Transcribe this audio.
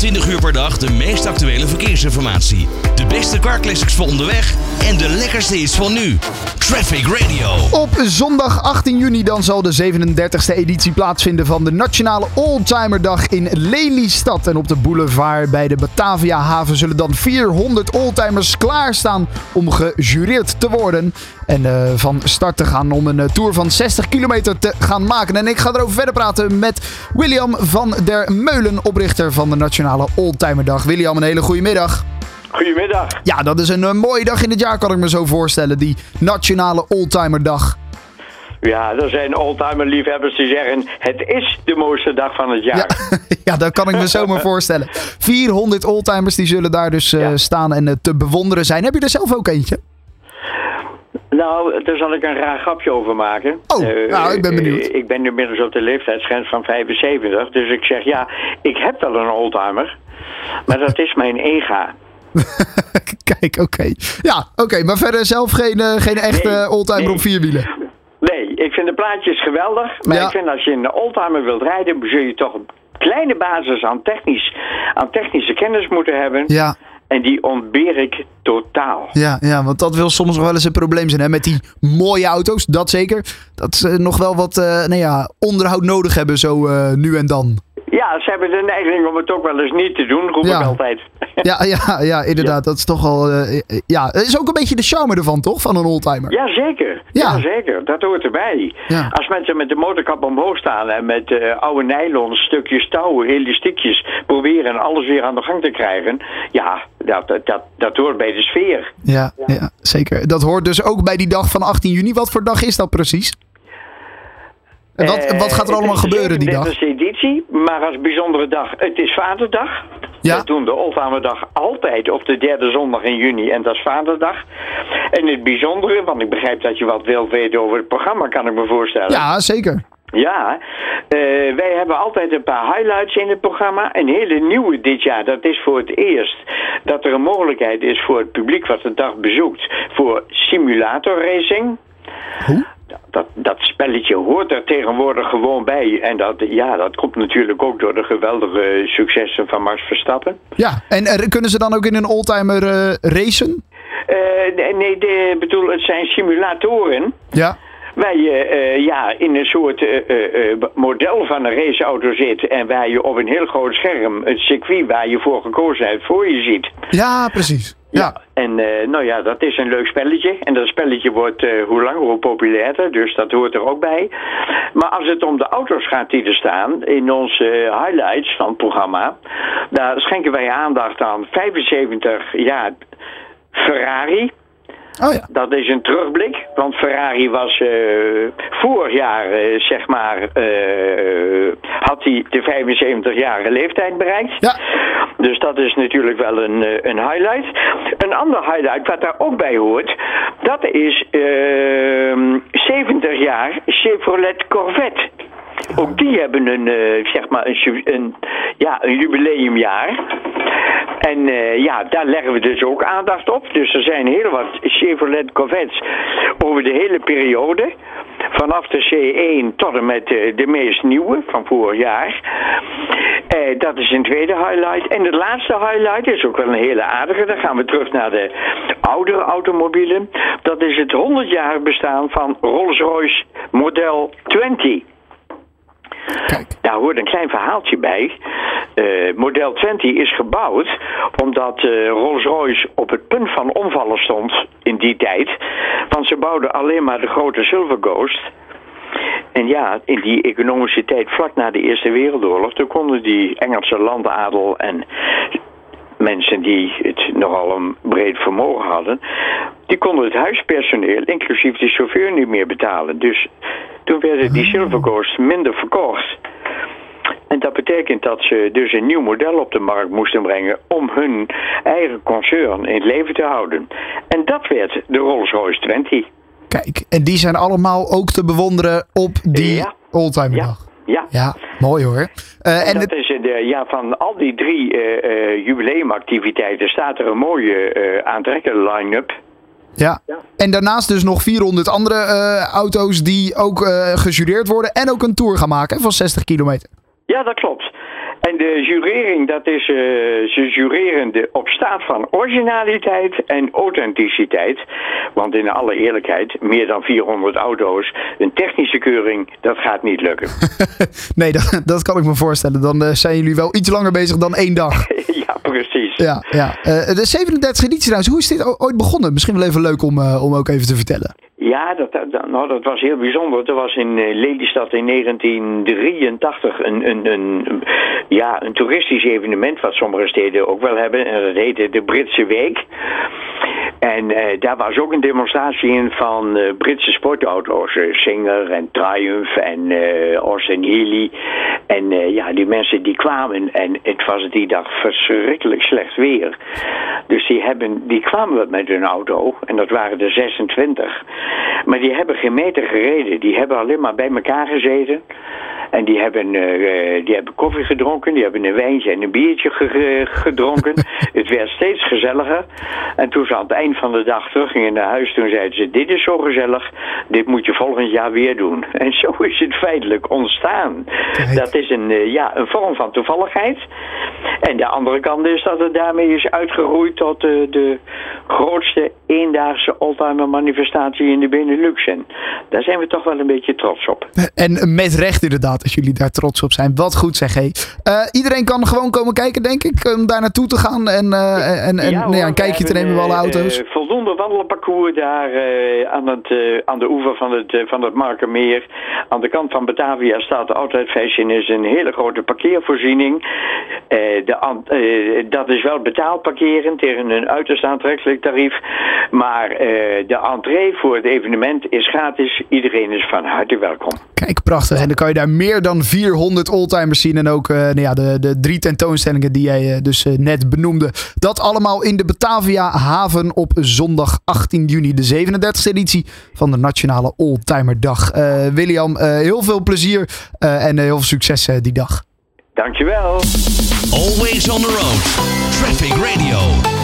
24 uur per dag de meest actuele verkeersinformatie. De beste carclassics voor onderweg en de lekkerste hits van nu. Traffic Radio. Op zondag 18 juni dan zal de 37e editie plaatsvinden van de Nationale Oldtimerdag in Lelystad. En op de boulevard bij de Batavia-haven zullen dan 400 oldtimers klaarstaan om gejureerd te worden. En van start te gaan om een tour van 60 kilometer te gaan maken. En ik ga erover verder praten met William van der Meulen, oprichter van de Nationale Oldtimerdag. William, een hele goede middag. Goedemiddag. Ja, dat is een mooie dag in het jaar, kan ik me zo voorstellen. Die Nationale Oldtimerdag. Ja, er zijn oldtimer-liefhebbers die zeggen, het is de mooiste dag van het jaar. Ja, dat kan ik me zomaar voorstellen. 400 oldtimers die zullen daar dus staan en te bewonderen zijn. Heb je er zelf ook eentje? Nou, daar zal ik een raar grapje over maken. Oh, nou, ik ben benieuwd. Ik ben inmiddels op de leeftijdsgrens van 75, dus ik zeg ja, ik heb wel een oldtimer, maar dat is mijn ega. Kijk, oké. Ja, oké, maar verder zelf geen echte oldtimer op vierwielen? Nee, ik vind de plaatjes geweldig, maar ik vind als je een oldtimer wilt rijden, zul je toch een kleine basis aan technische kennis moeten hebben. Ja. En die ontbeer ik totaal. Ja, want dat wil soms nog wel eens een probleem zijn. Hè? Met die mooie auto's, dat zeker. Dat ze nog wel wat onderhoud nodig hebben zo nu en dan. Ja, ze hebben de neiging om het ook wel eens niet te doen, roep ik altijd. Ja, inderdaad. Ja. Dat is toch wel... het is ook een beetje de charme ervan, toch? Van een oldtimer. Jazeker. Ja, zeker. Dat hoort erbij. Ja. Als mensen met de motorkap omhoog staan en met oude nylon, stukjes touw, elastiekjes proberen alles weer aan de gang te krijgen. Ja, dat hoort bij de sfeer. Ja, zeker. Dat hoort dus ook bij die dag van 18 juni. Wat voor dag is dat precies? En wat gaat er allemaal gebeuren die dag? Het is de editie, maar als bijzondere dag, het is Vaderdag. Ja. We doen de Oldtimerdag altijd op de derde zondag in juni en dat is Vaderdag. En het bijzondere, want ik begrijp dat je wat wilt weten over het programma, kan ik me voorstellen. Ja, zeker. Ja, wij hebben altijd een paar highlights in het programma. Een hele nieuwe dit jaar, dat is voor het eerst dat er een mogelijkheid is voor het publiek wat de dag bezoekt voor simulator racing. Hoe? Dat spelletje hoort er tegenwoordig gewoon bij. En dat komt natuurlijk ook door de geweldige successen van Max Verstappen. Ja, en kunnen ze dan ook in een oldtimer racen? Nee, het zijn simulatoren. Ja. Waar je in een soort model van een raceauto zit en waar je op een heel groot scherm het circuit waar je voor gekozen hebt voor je ziet. Ja, precies. Ja. En dat is een leuk spelletje. En dat spelletje wordt hoe langer hoe populairder, dus dat hoort er ook bij. Maar als het om de auto's gaat die er staan, in onze highlights van het programma, daar schenken wij aandacht aan 75 jaar Ferrari. Oh ja. Dat is een terugblik, want Ferrari was vorig jaar, had hij de 75-jarige leeftijd bereikt. Ja. Dus dat is natuurlijk wel een highlight. Een ander highlight wat daar ook bij hoort, dat is 70 jaar Chevrolet Corvette. Ook die hebben een jubileumjaar. En daar leggen we dus ook aandacht op. Dus er zijn heel wat Chevrolet Corvettes over de hele periode. Vanaf de C1 tot en met de meest nieuwe van vorig jaar. Dat is een tweede highlight. En de laatste highlight is ook wel een hele aardige. Dan gaan we terug naar de oudere automobielen. Dat is het 100-jarig bestaan van Rolls-Royce model 20. Kijk. Daar hoort een klein verhaaltje bij. Model 20 is gebouwd omdat Rolls-Royce op het punt van omvallen stond in die tijd. Want ze bouwden alleen maar de grote Silver Ghost. En ja, in die economische tijd vlak na de Eerste Wereldoorlog, toen konden die Engelse landadel en mensen die het nogal een breed vermogen hadden, die konden het huispersoneel, inclusief de chauffeur, niet meer betalen. Dus toen werden die Silver Ghosts minder verkocht. En dat betekent dat ze dus een nieuw model op de markt moesten brengen om hun eigen concern in het leven te houden. En dat werd de Rolls-Royce 20. Kijk, en die zijn allemaal ook te bewonderen op die Oldtimerdag. Ja, mooi hoor. En dat is van al die 3 jubileumactiviteiten staat er een mooie aantrekkelijke line-up. Ja, en daarnaast dus nog 400 andere auto's die ook gejureerd worden en ook een tour gaan maken van 60 kilometer. Ja, dat klopt. En de jurering, dat is, ze jureren op staat van originaliteit en authenticiteit. Want in alle eerlijkheid, meer dan 400 auto's, een technische keuring, dat gaat niet lukken. Nee, dat kan ik me voorstellen. Dan zijn jullie wel iets langer bezig dan 1 dag. Ja, precies. Ja. De 37e editie trouwens, hoe is dit ooit begonnen? Misschien wel even leuk om ook even te vertellen. Ja, dat was heel bijzonder. Er was in Lelystad in 1983 een toeristisch evenement, wat sommige steden ook wel hebben. En dat heette de Britse Week. En daar was ook een demonstratie in van Britse sportauto's. Singer en Triumph en Austin Healey. En die mensen die kwamen en het was die dag verschrikkelijk slecht weer. Dus die kwamen met hun auto en dat waren er 26. Maar die hebben geen meter gereden. Die hebben alleen maar bij elkaar gezeten. En die hebben koffie gedronken, die hebben een wijntje en een biertje gedronken. Het werd steeds gezelliger. En toen ze aan het eind van de dag teruggingen naar huis, toen zeiden ze, dit is zo gezellig, dit moet je volgend jaar weer doen. En zo is het feitelijk ontstaan. Kijk. Dat is een vorm van toevalligheid. En de andere kant is dat het daarmee is uitgegroeid tot de grootste eendaagse oldtimer manifestatie in de Benelux. En daar zijn we toch wel een beetje trots op. En met recht inderdaad, als jullie daar trots op zijn. Wat goed zeg, hé. Iedereen kan gewoon komen kijken, denk ik, om daar naartoe te gaan en een kijkje te nemen bij alle auto's. Voldoende wandelparcours daar aan de oever van het Markermeer. Aan de kant van Batavia staat de Outlet Fashion, is een hele grote parkeervoorziening. Dat is wel betaald parkeren tegen een uiterst aantrekkelijk tarief. Maar de entree voor het evenement is gratis. Iedereen is van harte welkom. Kijk, prachtig. En dan kan je daar meer dan 400 oldtimers zien. En ook de 3 tentoonstellingen die jij dus net benoemde. Dat allemaal in de Batavia Haven op zondag 18 juni. De 37e editie van de Nationale Oldtimerdag. William, heel veel plezier en heel veel succes die dag. Dankjewel. Always on the road. Traffic Radio.